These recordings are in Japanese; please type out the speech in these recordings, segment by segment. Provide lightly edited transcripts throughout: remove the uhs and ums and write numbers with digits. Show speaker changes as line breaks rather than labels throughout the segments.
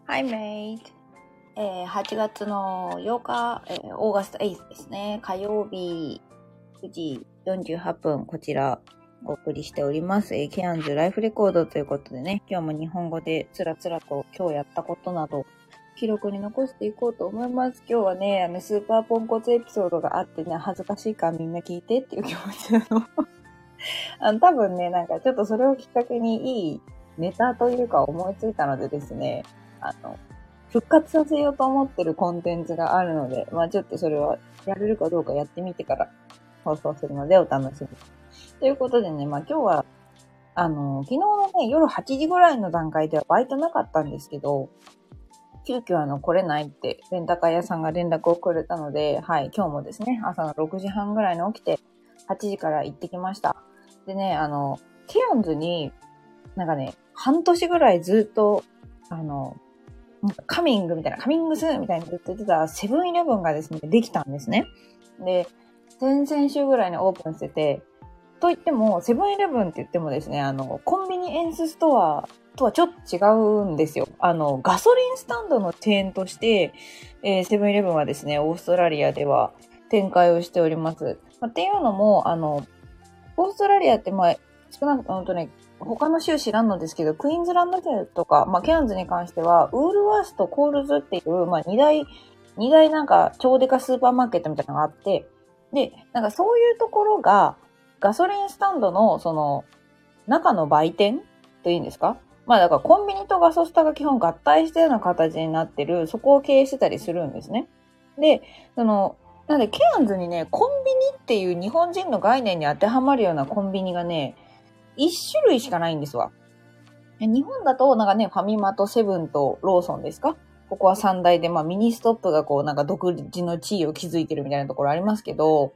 Hi, mate. 8月の8日、オーガスト8ですね。火曜日9時48分、こちらお送りしております。ケアンズライフレコードということでね、今日も日本語でつらつらと今日やったことなど記録に残していこうと思います。今日はね、スーパーポンコツエピソードがあってね、恥ずかしいからみんな聞いてっていう気持ちなの。多分ね、なんかちょっとそれをきっかけにいいネタというか思いついたのでですね、復活させようと思ってるコンテンツがあるので、まあちょっとそれはやれるかどうかやってみてから放送するのでお楽しみ。ということでね、まあ今日は、昨日のね、夜8時ぐらいの段階ではバイトなかったんですけど、急遽来れないってレンタカー屋さんが連絡をくれたので、はい、今日もですね、朝の6時半ぐらいに起きて、8時から行ってきました。でね、ケアンズに、なんかね、半年ぐらいずっと、なんかカミングスーンみたいにずっと言ってたセブンイレブンがですね、できたんですね。で、先々週ぐらいにオープンしてて、と言っても、セブンイレブンって言ってもですね、コンビニエンスストアとはちょっと違うんですよ。ガソリンスタンドのチェーンとして、セブンイレブンはですね、オーストラリアでは展開をしております。っていうのも、オーストラリアって、少なくともね、他の州知らんのですけど、クイーンズランド州とか、ケアンズに関しては、ウールワースとコールズっていう、二大なんか超デカスーパーマーケットみたいなのがあって、で、なんかそういうところが、ガソリンスタンドの、中の売店というんですか？だからコンビニとガソスタが基本合体したような形になってる、そこを経営してたりするんですね。で、なんで、ケアンズにね、コンビニっていう日本人の概念に当てはまるようなコンビニがね、一種類しかないんですわ。日本だと、なんかね、ファミマとセブンとローソンですか？ここは三大で、ミニストップがなんか独自の地位を築いてるみたいなところありますけど、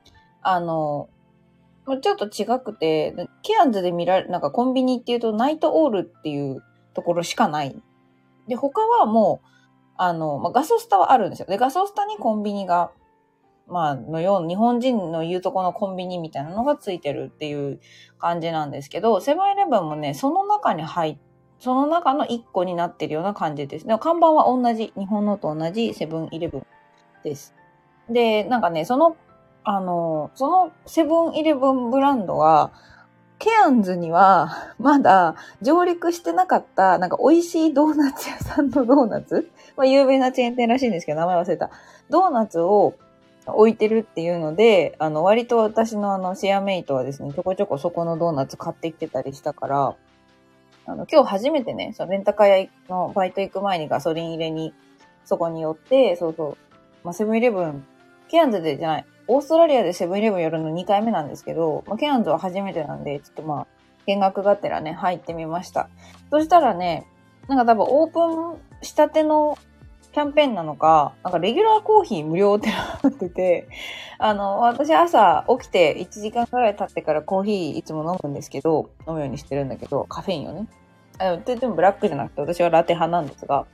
ちょっと違くて、ケアンズで見られ、なんかコンビニっていうと、ナイトオールっていうところしかない。で、他はもう、ガソスタはあるんですよ。で、ガソスタにコンビニが、日本人の言うとこのコンビニみたいなのがついてるっていう感じなんですけど、セブンイレブンもね、その中の一個になってるような感じです。でも看板は同じ、日本のと同じセブンイレブンです。で、なんかね、そのセブンイレブンブランドは、ケアンズにはまだ上陸してなかった、なんか美味しいドーナツ屋さんのドーナツ、有名なチェーン店らしいんですけど、名前忘れた。ドーナツを置いてるっていうので、割と私のシェアメイトはですね、ちょこちょこそこのドーナツ買ってきてたりしたから、今日初めてね、そのレンタカー屋のバイト行く前にガソリン入れに、そこに寄って、セブンイレブン、ケアンズでじゃない、オーストラリアでセブンイレブン寄るの2回目なんですけど、ケアンズは初めてなんで、ちょっと見学がてらね、入ってみました。そしたらね、なんか多分オープンしたてのキャンペーンなのか、なんかレギュラーコーヒー無料ってなってて、私朝起きて1時間くらい経ってからコーヒーいつも飲むんですけど、飲むようにしてるんだけど、カフェインをね。でもブラックじゃなくて私はラテ派なんですが、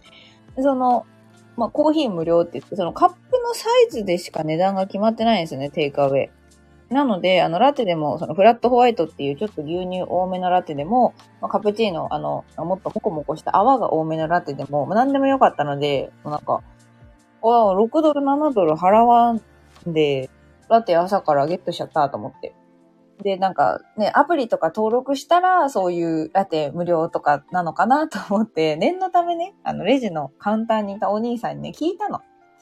コーヒー無料って言って、そのカップのサイズでしか値段が決まってないんですよね、テイクアウェイ。なので、ラテでも、フラットホワイトっていうちょっと牛乳多めのラテでも、カプチーノ、もっとモコモコした泡が多めのラテでも、何でもよかったので、なんか、6ドル、7ドル払わんで、ラテ朝からゲットしちゃったと思って。で、なんかね、アプリとか登録したら、そういうラテ無料とかなのかなと思って、念のためね、レジのカウンターにいたお兄さんにね、聞いたの。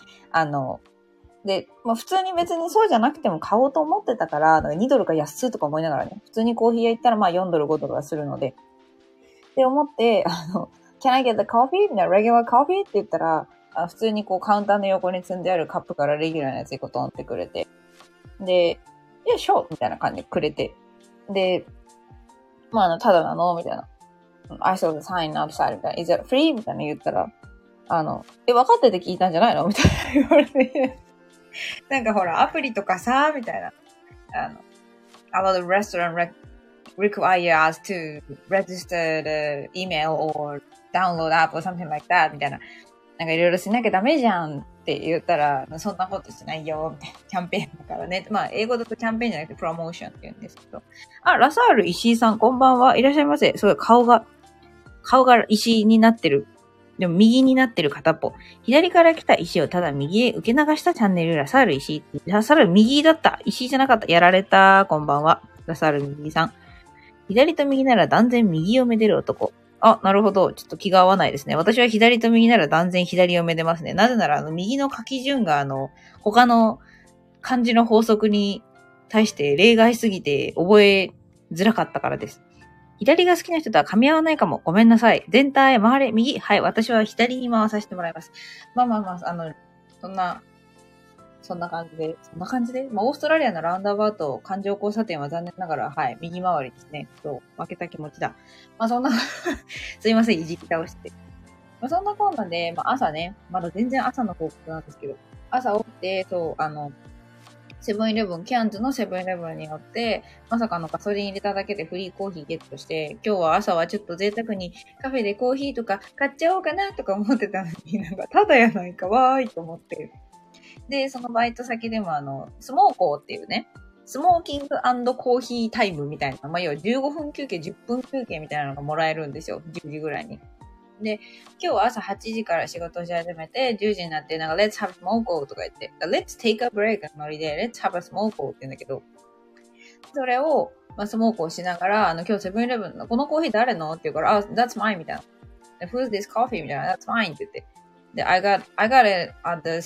で、普通に別にそうじゃなくても買おうと思ってたから、2ドルか安いとか思いながらね、普通にコーヒー屋行ったら4ドル5ドルはするので、って思って、Can I get the coffee? みたいな、regular coffee? って言ったら、普通にカウンターの横に積んであるカップからレギュラーのやつにトンってくれて、で、いや、sure! みたいな感じでくれて、で、ただなのみたいな。I saw the sign outside みたいな。Is it free? みたいな言ったら、分かってて聞いたんじゃないのみたいな言われて。なんかほら、アプリとかさ、みたいな。Our restaurant require us to register the email or download app or something like that みたいな。なんかいろいろしなきゃダメじゃんって言ったら、そんなことしないよ、みたいな。キャンペーンだからね。英語だとキャンペーンじゃなくてプロモーションって言うんですけど。ラサール石井さん、こんばんは。いらっしゃいませ。すごい顔が石井になってるでも右になってる片っぽ。左から来た石をただ右へ受け流したチャンネルラサール石井。ラサール右だった。石井じゃなかった。やられた。こんばんは。ラサール右さん。左と右なら断然右をめでる男。あ、なるほど。ちょっと気が合わないですね。私は左と右なら断然左をめでますね。なぜなら、右の書き順が、他の漢字の法則に対して例外すぎて覚えづらかったからです。左が好きな人とは噛み合わないかも。ごめんなさい。全体、回れ、右。はい、私は左に回させてもらいます。まあ、そんな感じで。まあ、オーストラリアのラウンドアバウト、環状交差点は残念ながら、はい、右回りですね。負けた気持ちだ。まあ、そんな、すいません、いじり倒して。まあ、そんなこんなで、まあ、朝ね、まだ全然朝の報告なんですけど、朝起きて、セブンイレブン、キャンズのセブンイレブンによって、まさかのガソリン入れただけでフリーコーヒーゲットして、今日は朝はちょっと贅沢にカフェでコーヒーとか買っちゃおうかなとか思ってたのに、なんかただやないかわーいと思って。で、そのバイト先でもスモーコーっていうね、スモーキング&コーヒータイムみたいな、まあ、要は15分休憩、10分休憩みたいなのがもらえるんですよ。10時ぐらいに。で、今日は朝8時から仕事し始めて、10時になって、なんか、let's have smoke とか言って、let's take a break のノリで、let's have a smoke って言うんだけど、それを、まあ、スモークをしながら、今日セブンイレブンの、このコーヒー誰のって言うから、that's mine みたいな。who's this coffee みたいな、that's mine って言って。で、I got it at the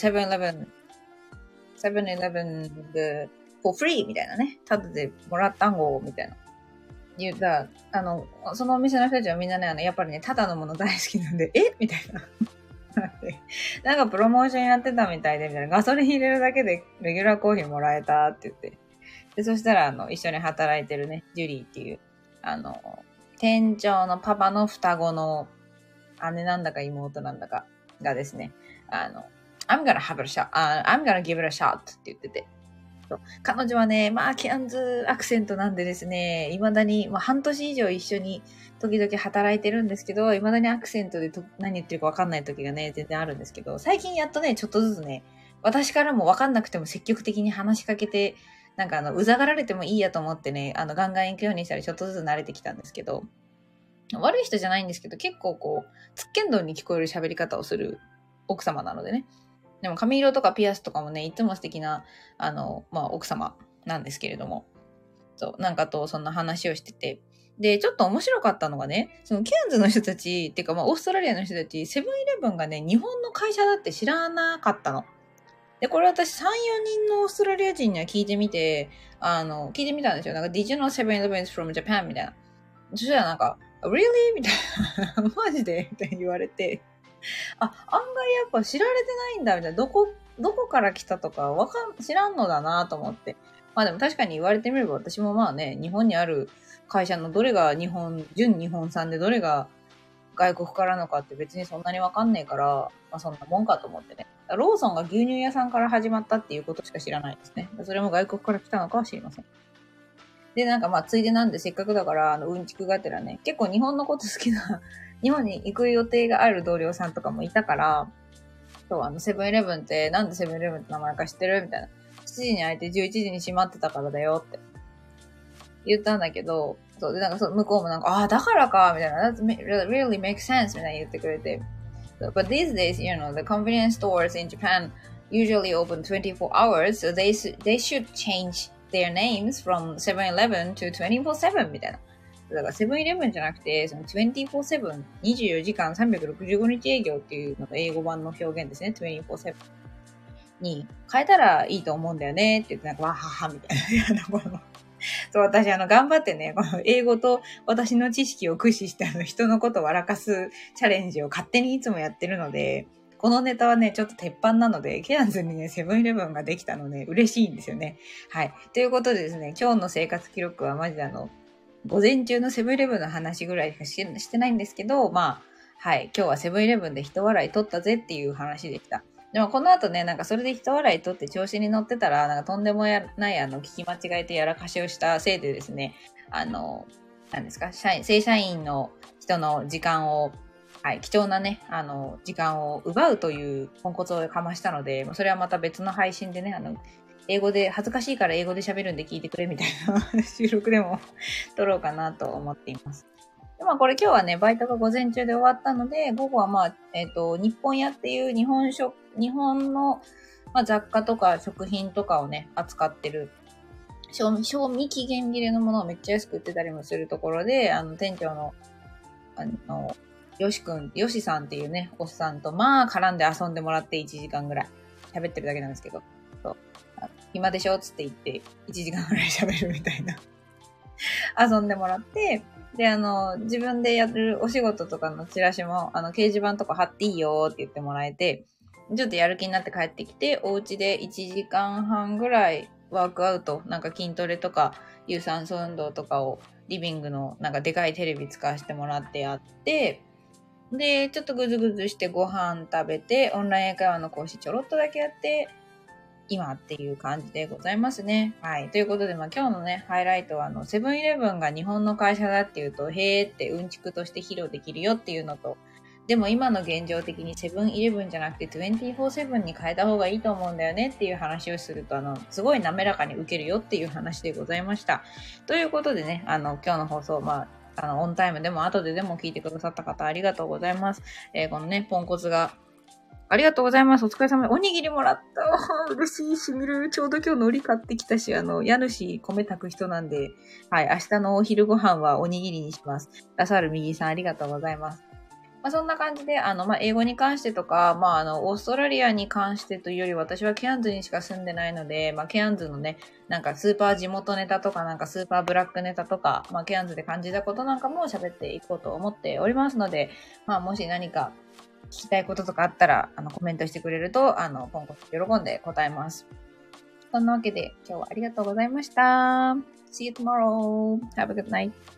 7-Eleven で for free みたいなね。ただでもらったんごみたいな。言うた、そのお店の人たちはみんなね、やっぱりね、ただのもの大好きなんで、みたいな。なんかプロモーションやってたみたいで、みたいな。ガソリン入れるだけでレギュラーコーヒーもらえたって言って。で、そしたら、一緒に働いてるね、ジュリーっていう、店長のパパの双子の姉なんだか妹なんだかがですね、I'm gonna have a shot, I'm gonna give it a shot って言ってて。彼女はね、まあ、キャンズアクセントなんでですね、未だに、まあ、半年以上一緒に時々働いてるんですけど、未だにアクセントで何言ってるか分かんない時がね、全然あるんですけど、最近やっとね、ちょっとずつね、私からも分かんなくても積極的に話しかけて、なんかうざがられてもいいやと思ってね、ガンガン行くようにしたらちょっとずつ慣れてきたんですけど、悪い人じゃないんですけど、結構こう、つっけんどんに聞こえる喋り方をする奥様なのでね。でも髪色とかピアスとかもね、いつも素敵な、まあ、奥様なんですけれども。そう、なんかとそんな話をしてて。で、ちょっと面白かったのがね、そのキャンズの人たち、っていうかまあ、オーストラリアの人たち、セブンイレブンがね、日本の会社だって知らなかったの。で、これ私3、4人のオーストラリア人には聞いてみて、聞いてみたんですよ。なんか、Did you know 7-Eleven from Japan? みたいな。そしたらなんか、Really? みたいな。マジでみたいに言われて。あ、案外やっぱ知られてないんだ、みたいな。どこから来たとか知らんのだなと思って。まあでも確かに言われてみれば私もまあね、日本にある会社のどれが純日本産でどれが外国からのかって別にそんなにわかんねえから、まあそんなもんかと思ってね。ローソンが牛乳屋さんから始まったっていうことしか知らないですね。それも外国から来たのかは知りません。で、なんかまあついでなんでせっかくだから、うんちくがてらね、結構日本のこと好きな日本に行く予定がある同僚さんとかもいたから、そう、セブンイレブンって、なんでセブンイレブンって名前か知ってるみたいな。7時に開いて11時に閉まってたからだよって言ったんだけど、そう、で、なんか向こうもなんか、ああ、だからか、みたいな。That really makes sense, みたいな言ってくれて。But these days, you know, the convenience stores in Japan usually open 24 hours, so they should change their names from 7-Eleven to 24/7 みたいな。だからセブンイレブンじゃなくて、その 24/7、24時間365日営業っていうのが英語版の表現ですね。24/7に変えたらいいと思うんだよねって言って、なんかわははみたいな。そう、私頑張ってね、この英語と私の知識を駆使して人のことを笑かすチャレンジを勝手にいつもやってるので、このネタはね、ちょっと鉄板なので、ケアンズにね、セブンイレブンができたのね、嬉しいんですよね。はい。ということでですね、今日の生活記録はマジで午前中のセブンイレブンの話ぐらいしかしてないんですけど、まあ、はい。今日はセブンイレブンで一笑い取ったぜっていう話でした。でもこの後ね、なんかそれで一笑い取って調子に乗ってたら、なんかとんでもない聞き間違えてやらかしをしたせいでですね、何ですか、正社員の人の時間を、はい、貴重なね、時間を奪うというポンコツをかましたので、それはまた別の配信でね、英語で、恥ずかしいから英語で喋るんで聞いてくれみたいな収録でも撮ろうかなと思っています。 でまあこれ今日はね、バイトが午前中で終わったので、午後はまあ、日本屋っていう日本の、まあ、雑貨とか食品とかをね、扱ってる、賞味期限切れのものをめっちゃ安く売ってたりもするところで、店長の、よしさんっていうね、おっさんと、まあ絡んで遊んでもらって1時間ぐらい喋ってるだけなんですけど、そう暇でしょつって言って1時間ぐらい喋るみたいな。遊んでもらって、で、自分でやるお仕事とかのチラシも、掲示板とか貼っていいよって言ってもらえて、ちょっとやる気になって帰ってきて、お家で1時間半ぐらいワークアウト、なんか筋トレとか、有酸素運動とかをリビングのなんかでかいテレビ使わせてもらってやって、で、ちょっとぐずぐずしてご飯食べて、オンライン英会話の講師ちょろっとだけやって、今っていう感じでございますね。はい。ということで、まあ今日のね、ハイライトはセブンイレブンが日本の会社だっていうと、へーってうんちくとして披露できるよっていうのと、でも今の現状的にセブンイレブンじゃなくて24/7に変えた方がいいと思うんだよねっていう話をすると、すごい滑らかに受けるよっていう話でございました。ということでね、今日の放送、まあ、オンタイムでも後ででも聞いてくださった方ありがとうございます。このね、ポンコツがありがとうございます。お疲れ様で。おにぎりもらった。嬉しいしみる。ちょうど今日海苔買ってきたし、家主米炊く人なんで、はい、明日のお昼ご飯はおにぎりにします。ラサール右さんありがとうございます。まあ、そんな感じで、まあ、英語に関してとか、まあ、オーストラリアに関してというより、私はケアンズにしか住んでないので、まあ、ケアンズのね、なんかスーパー地元ネタとか、なんかスーパーブラックネタとか、まあ、ケアンズで感じたことなんかも喋っていこうと思っておりますので、まあ、もし何か、聞きたいこととかあったら、コメントしてくれると、ポンコツ喜んで答えます。そんなわけで、今日はありがとうございました。See you tomorrow. Have a good night.